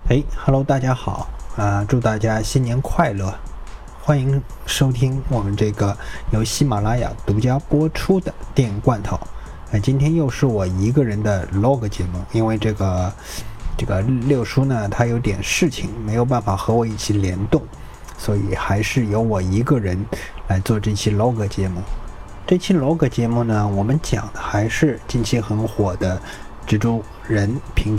Hello， 大家好祝大家新年快乐！欢迎收听我们这个由喜马拉雅独家播出的电影罐头。今天又是我一个人的 log 节目，因为这个六叔呢，他有点事情，没有办法和我一起联动，所以还是由我一个人来做这期 log 节目。这期 log 节目呢，我们讲的还是近期很火的蜘蛛人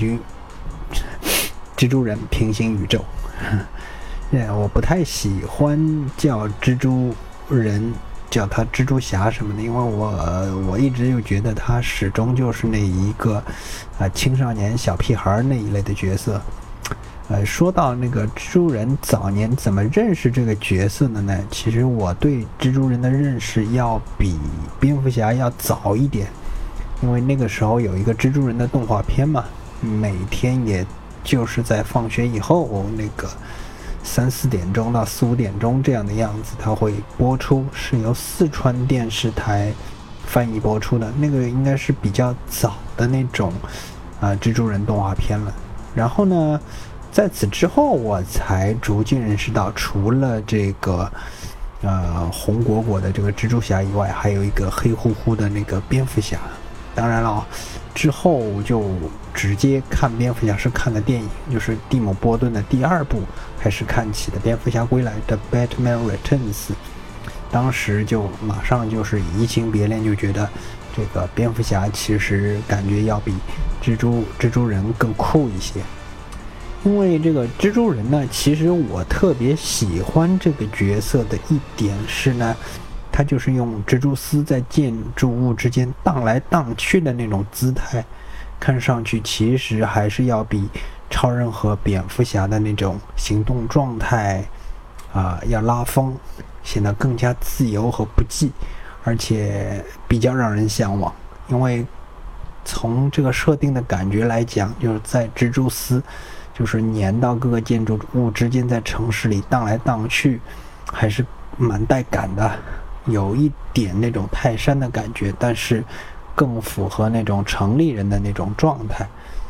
平行宇宙。我不太喜欢叫蜘蛛人，叫他蜘蛛侠什么的，因为我一直就觉得他始终就是那一个青少年小屁孩那一类的角色。说到那个蜘蛛人早年怎么认识这个角色的呢？其实我对蜘蛛人的认识要比蝙蝠侠要早一点，因为那个时候有一个蜘蛛人的动画片嘛，每天也就是在放学以后那个3-4点钟到4-5点钟这样的样子，它会播出，是由四川电视台翻译播出的，那个应该是比较早的那种蜘蛛人动画片了。然后呢，在此之后我才逐渐认识到，除了这个红果果的这个蜘蛛侠以外，还有一个黑乎乎的那个蝙蝠侠。当然了，之后就直接看蝙蝠侠是看的电影，就是蒂姆·波顿的第2部开始看起的蝙蝠侠归来的 Batman Returns。 当时就马上就是移情别恋，就觉得这个蝙蝠侠其实感觉要比蜘蛛人更酷一些。因为这个蜘蛛人呢，其实我特别喜欢这个角色的一点是呢，他就是用蜘蛛丝在建筑物之间荡来荡去的那种姿态，看上去其实还是要比超人和蝙蝠侠的那种行动状态要拉风，显得更加自由和不羁，而且比较让人向往。因为从这个设定的感觉来讲，就是在蜘蛛丝就是粘到各个建筑物之间，在城市里荡来荡去，还是蛮带感的，有一点那种泰山的感觉，但是更符合那种城里人的那种状态。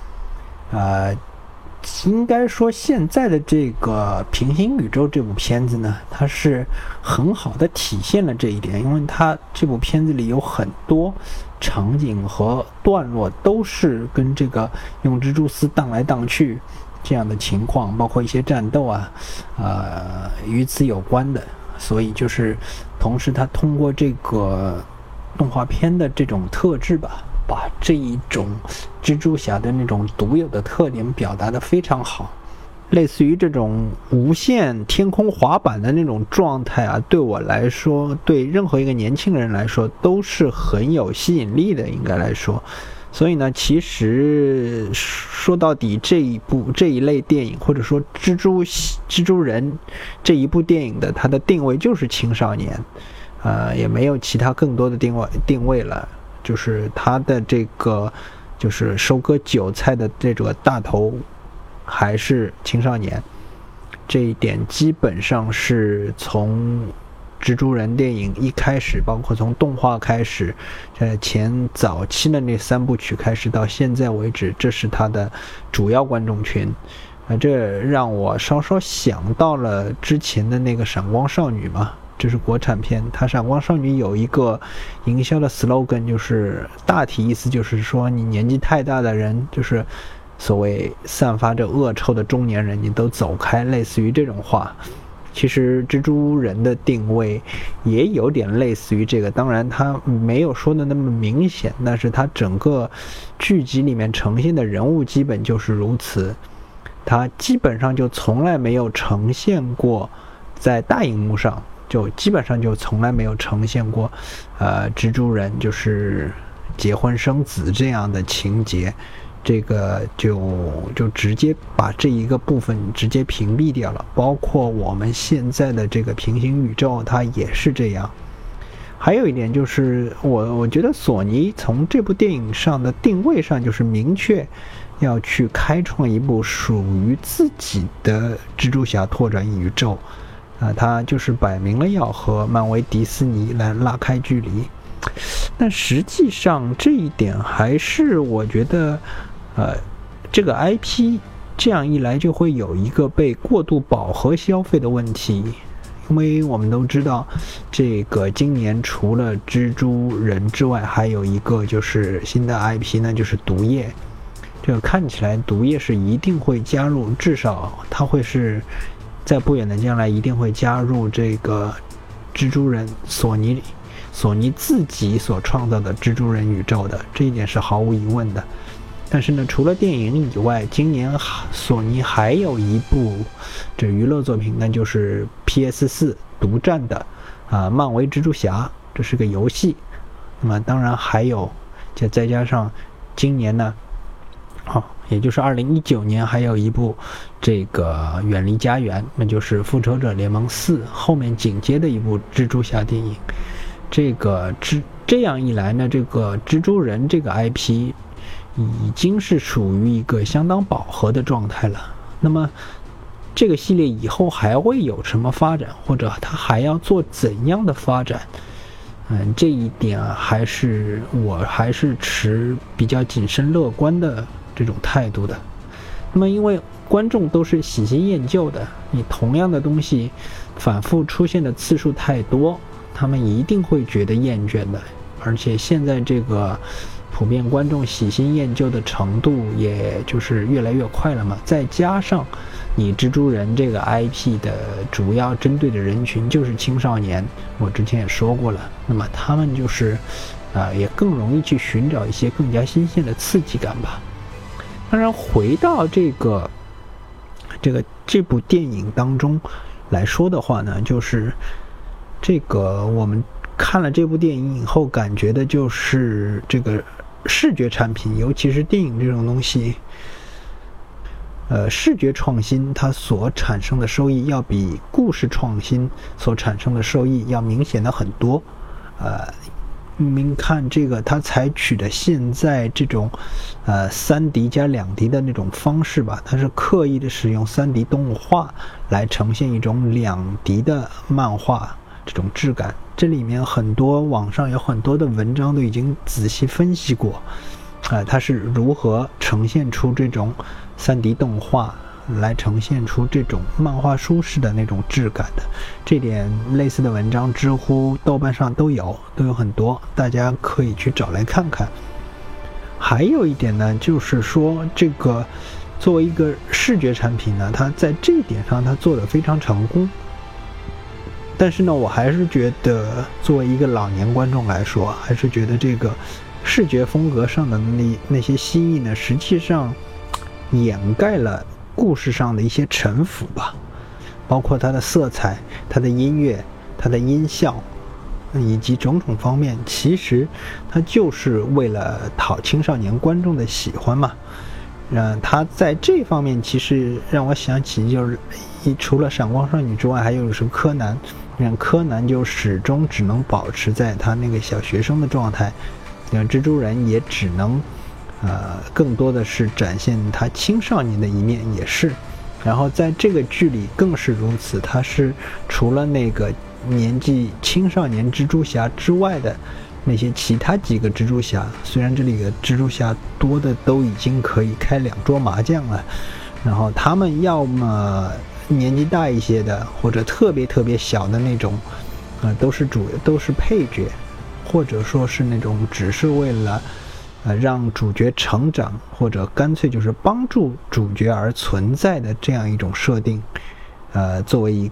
应该说现在的这个平行宇宙这部片子呢，它是很好的体现了这一点，因为它这部片子里有很多场景和段落都是跟这个用蜘蛛丝荡来荡去这样的情况，包括一些战斗与此有关的。所以就是同时它通过这个动画片的这种特质吧，把这一种蜘蛛侠的那种独有的特点表达得非常好。类似于这种无限天空滑板的那种状态对我来说，对任何一个年轻人来说都是很有吸引力的，应该来说。所以呢，其实说到底，这一类电影，或者说蜘蛛人这一部电影的它的定位就是青少年，也没有其他更多的定位了，就是它的这个就是收割韭菜的这个大头还是青少年。这一点基本上是从蜘蛛人电影一开始，包括从动画开始，前早期的那3部曲开始到现在为止，这是它的主要观众群。这让我稍稍想到了之前的那个闪光少女嘛，这是国产片，它闪光少女有一个营销的 slogan， 就是大体意思就是说，你年纪太大的人，就是所谓散发着恶臭的中年人，你都走开，类似于这种话。其实蜘蛛人的定位也有点类似于这个，当然他没有说的那么明显，但是他整个剧集里面呈现的人物基本就是如此。他基本上就从来没有呈现过，在大荧幕上就基本上就从来没有呈现过蜘蛛人就是结婚生子这样的情节。这个就直接把这一个部分直接屏蔽掉了，包括我们现在的这个平行宇宙它也是这样。还有一点就是我觉得索尼从这部电影上的定位上就是明确要去开创一部属于自己的蜘蛛侠拓展宇宙它就是摆明了要和漫威迪士尼来拉开距离。但实际上这一点还是我觉得这个 IP 这样一来就会有一个被过度饱和消费的问题。因为我们都知道，这个今年除了蜘蛛人之外，还有一个就是新的 IP 呢，就是毒液。这个看起来毒液是一定会加入，至少它会是在不远的将来一定会加入这个蜘蛛人索尼自己所创造的蜘蛛人宇宙的，这一点是毫无疑问的。但是呢，除了电影以外，今年索尼还有一部这娱乐作品，那就是 PS4 独占的漫威蜘蛛侠，这是个游戏。那么当然还有，再加上今年呢，也就是2019年还有一部这个远离家园，那就是复仇者联盟4后面紧接的一部蜘蛛侠电影。这样一来呢，这个蜘蛛人这个 IP 已经是处于一个相当饱和的状态了。那么这个系列以后还会有什么发展，或者它还要做怎样的发展？这一点我还是持比较谨慎乐观的这种态度的。那么因为观众都是喜新厌旧的，你同样的东西反复出现的次数太多，他们一定会觉得厌倦的。而且现在这个普遍观众喜新厌旧的程度也就是越来越快了嘛，再加上你蜘蛛人这个 IP 的主要针对的人群就是青少年，我之前也说过了，那么他们就是也更容易去寻找一些更加新鲜的刺激感吧。当然回到这部电影当中来说的话呢，就是这个我们看了这部电影以后感觉的就是这个视觉产品，尤其是电影这种东西，视觉创新它所产生的收益要比故事创新所产生的收益要明显的很多。您看这个它采取的现在这种3D 加2D 的那种方式吧，它是刻意的使用3D 动画来呈现一种2D 的漫画这种质感。这里面网上有很多的文章都已经仔细分析过，它是如何呈现出这种3D 动画来呈现出这种漫画书式的那种质感的。这点类似的文章知乎豆瓣上都有很多，大家可以去找来看看。还有一点呢，就是说这个作为一个视觉产品呢，它在这一点上它做得非常成功。但是呢，我还是觉得作为一个老年观众来说，还是觉得这个视觉风格上的那些新意呢，实际上掩盖了故事上的一些沉浮吧，包括它的色彩、它的音乐、它的音效以及种种方面，其实它就是为了讨青少年观众的喜欢嘛。它在这方面其实让我想起，就是除了闪光少女之外，还有是柯南。柯南就始终只能保持在他那个小学生的状态，蜘蛛人也只能更多的是展现他青少年的一面，也是。然后在这个剧里更是如此，他是除了那个年纪青少年蜘蛛侠之外的那些其他几个蜘蛛侠，虽然这里的蜘蛛侠多的都已经可以开2桌麻将了，然后他们要么年纪大一些的，或者特别特别小的那种，都是配角，或者说是那种只是为了让主角成长，或者干脆就是帮助主角而存在的这样一种设定。作为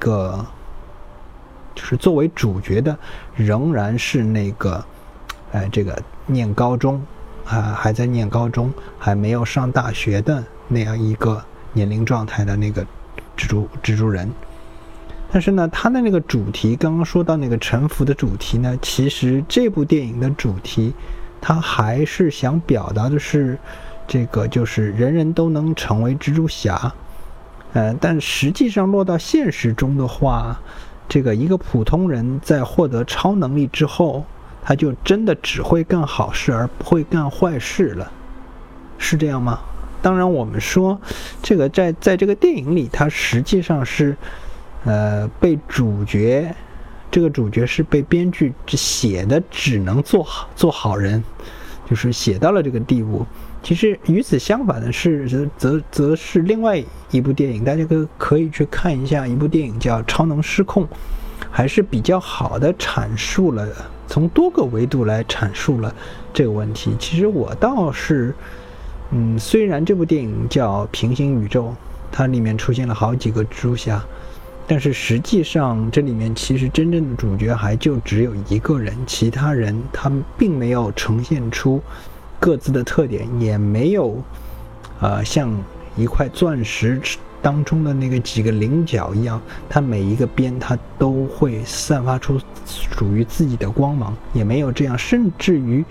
主角的仍然是那个这个念高中还在念高中，还没有上大学的那样一个年龄状态的那个蜘蛛人。但是呢，他的那个主题，刚刚说到那个沉浮的主题呢，其实这部电影的主题他还是想表达的是这个，就是人人都能成为蜘蛛侠。但实际上落到现实中的话，这个一个普通人在获得超能力之后，他就真的只会干好事而不会干坏事了，是这样吗？当然我们说这个在这个电影里，他实际上是被这个主角是被编剧写的只能做好人，就是写到了这个地步。 其实与此相反的是，则是另外一部电影，大家可以去看一下，一部电影叫《超能失控》，还是比较好的阐述了，从多个维度来阐述了这个问题。其实我倒是，虽然这部电影叫《平行宇宙》，它里面出现了好几个蜘蛛侠，但是实际上这里面其实真正的主角还就只有一个人，其他人他们并没有呈现出各自的特点，也没有像一块钻石当中的那个几个棱角一样，它每一个边它都会散发出属于自己的光芒，也没有这样。甚至于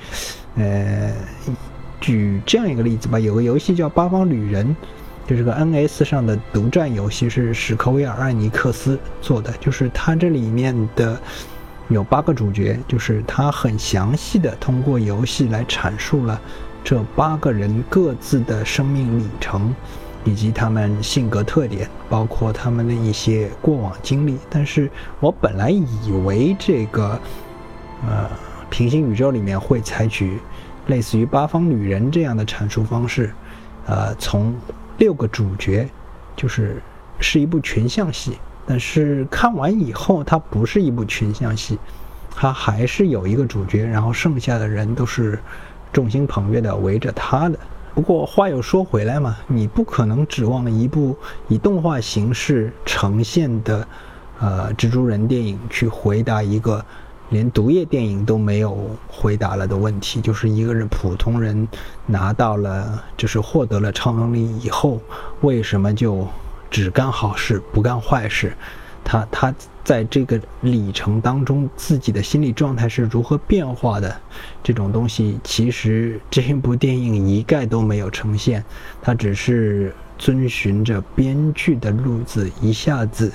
举这样一个例子吧，有个游戏叫《八方旅人》，就是个 NS 上的独占游戏，是史克威尔艾尼克斯做的，就是它这里面的有8个主角，就是他很详细的通过游戏来阐述了这8个人各自的生命里程，以及他们性格特点，包括他们的一些过往经历。但是我本来以为这个平行宇宙里面会采取类似于八方旅人这样的阐述方式，从6个主角是一部群像戏。但是看完以后，它不是一部群像戏，它还是有一个主角，然后剩下的人都是众星捧月的围着他的。不过话又说回来嘛，你不可能指望一部以动画形式呈现的蜘蛛人电影去回答一个连毒液电影都没有回答了的问题，就是一个人普通人拿到了，就是获得了超能力以后，为什么就只干好事不干坏事？他在这个里程当中自己的心理状态是如何变化的，这种东西其实这部电影一概都没有呈现，它只是遵循着编剧的路子，一下子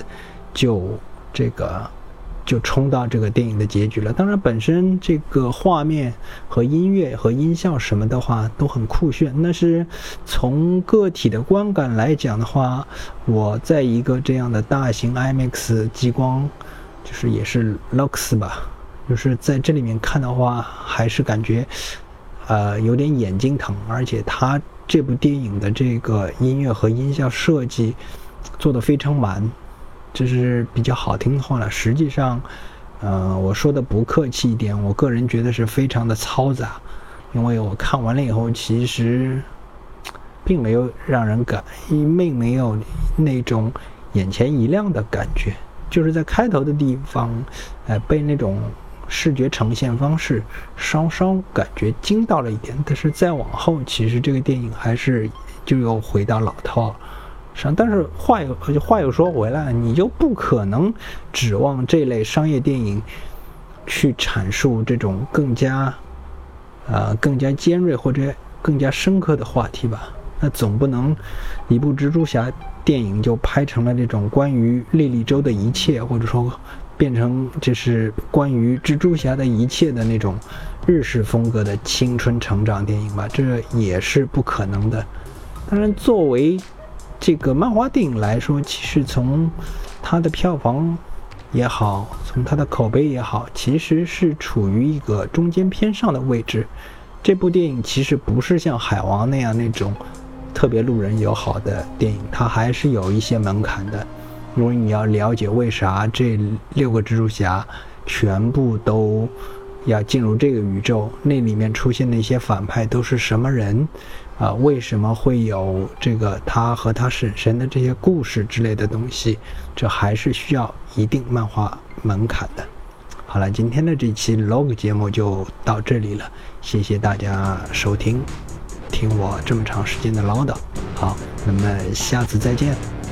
就冲到这个电影的结局了。当然本身这个画面和音乐和音效什么的话都很酷炫，但是从个体的观感来讲的话，我在一个这样的大型 IMAX 激光，就是也是 Lux 吧，就是在这里面看的话，还是感觉有点眼睛疼。而且它这部电影的这个音乐和音效设计做得非常满，这是比较好听的话了。实际上我说的不客气一点，我个人觉得是非常的嘈杂，因为我看完了以后其实并没有让人并没有那种眼前一亮的感觉，就是在开头的地方被那种视觉呈现方式稍稍感觉惊到了一点，但是再往后其实这个电影还是就又回到老套了。但是话又说回来，你就不可能指望这类商业电影去阐述这种更加尖锐或者更加深刻的话题吧？那总不能一部蜘蛛侠电影就拍成了这种关于莉莉周的一切，或者说变成就是关于蜘蛛侠的一切的那种日式风格的青春成长电影吧？这也是不可能的。当然作为这个漫画电影来说，其实从它的票房也好，从它的口碑也好，其实是处于一个中间偏上的位置。这部电影其实不是像海王那样那种特别路人友好的电影，它还是有一些门槛的。因为你要了解为啥这6个蜘蛛侠全部都要进入这个宇宙，那里面出现的一些反派都是什么人为什么会有这个他和他婶婶的这些故事之类的东西，这还是需要一定漫画门槛的。好了，今天的这期 log 节目就到这里了，谢谢大家收听，听我这么长时间的唠叨。好，那么下次再见。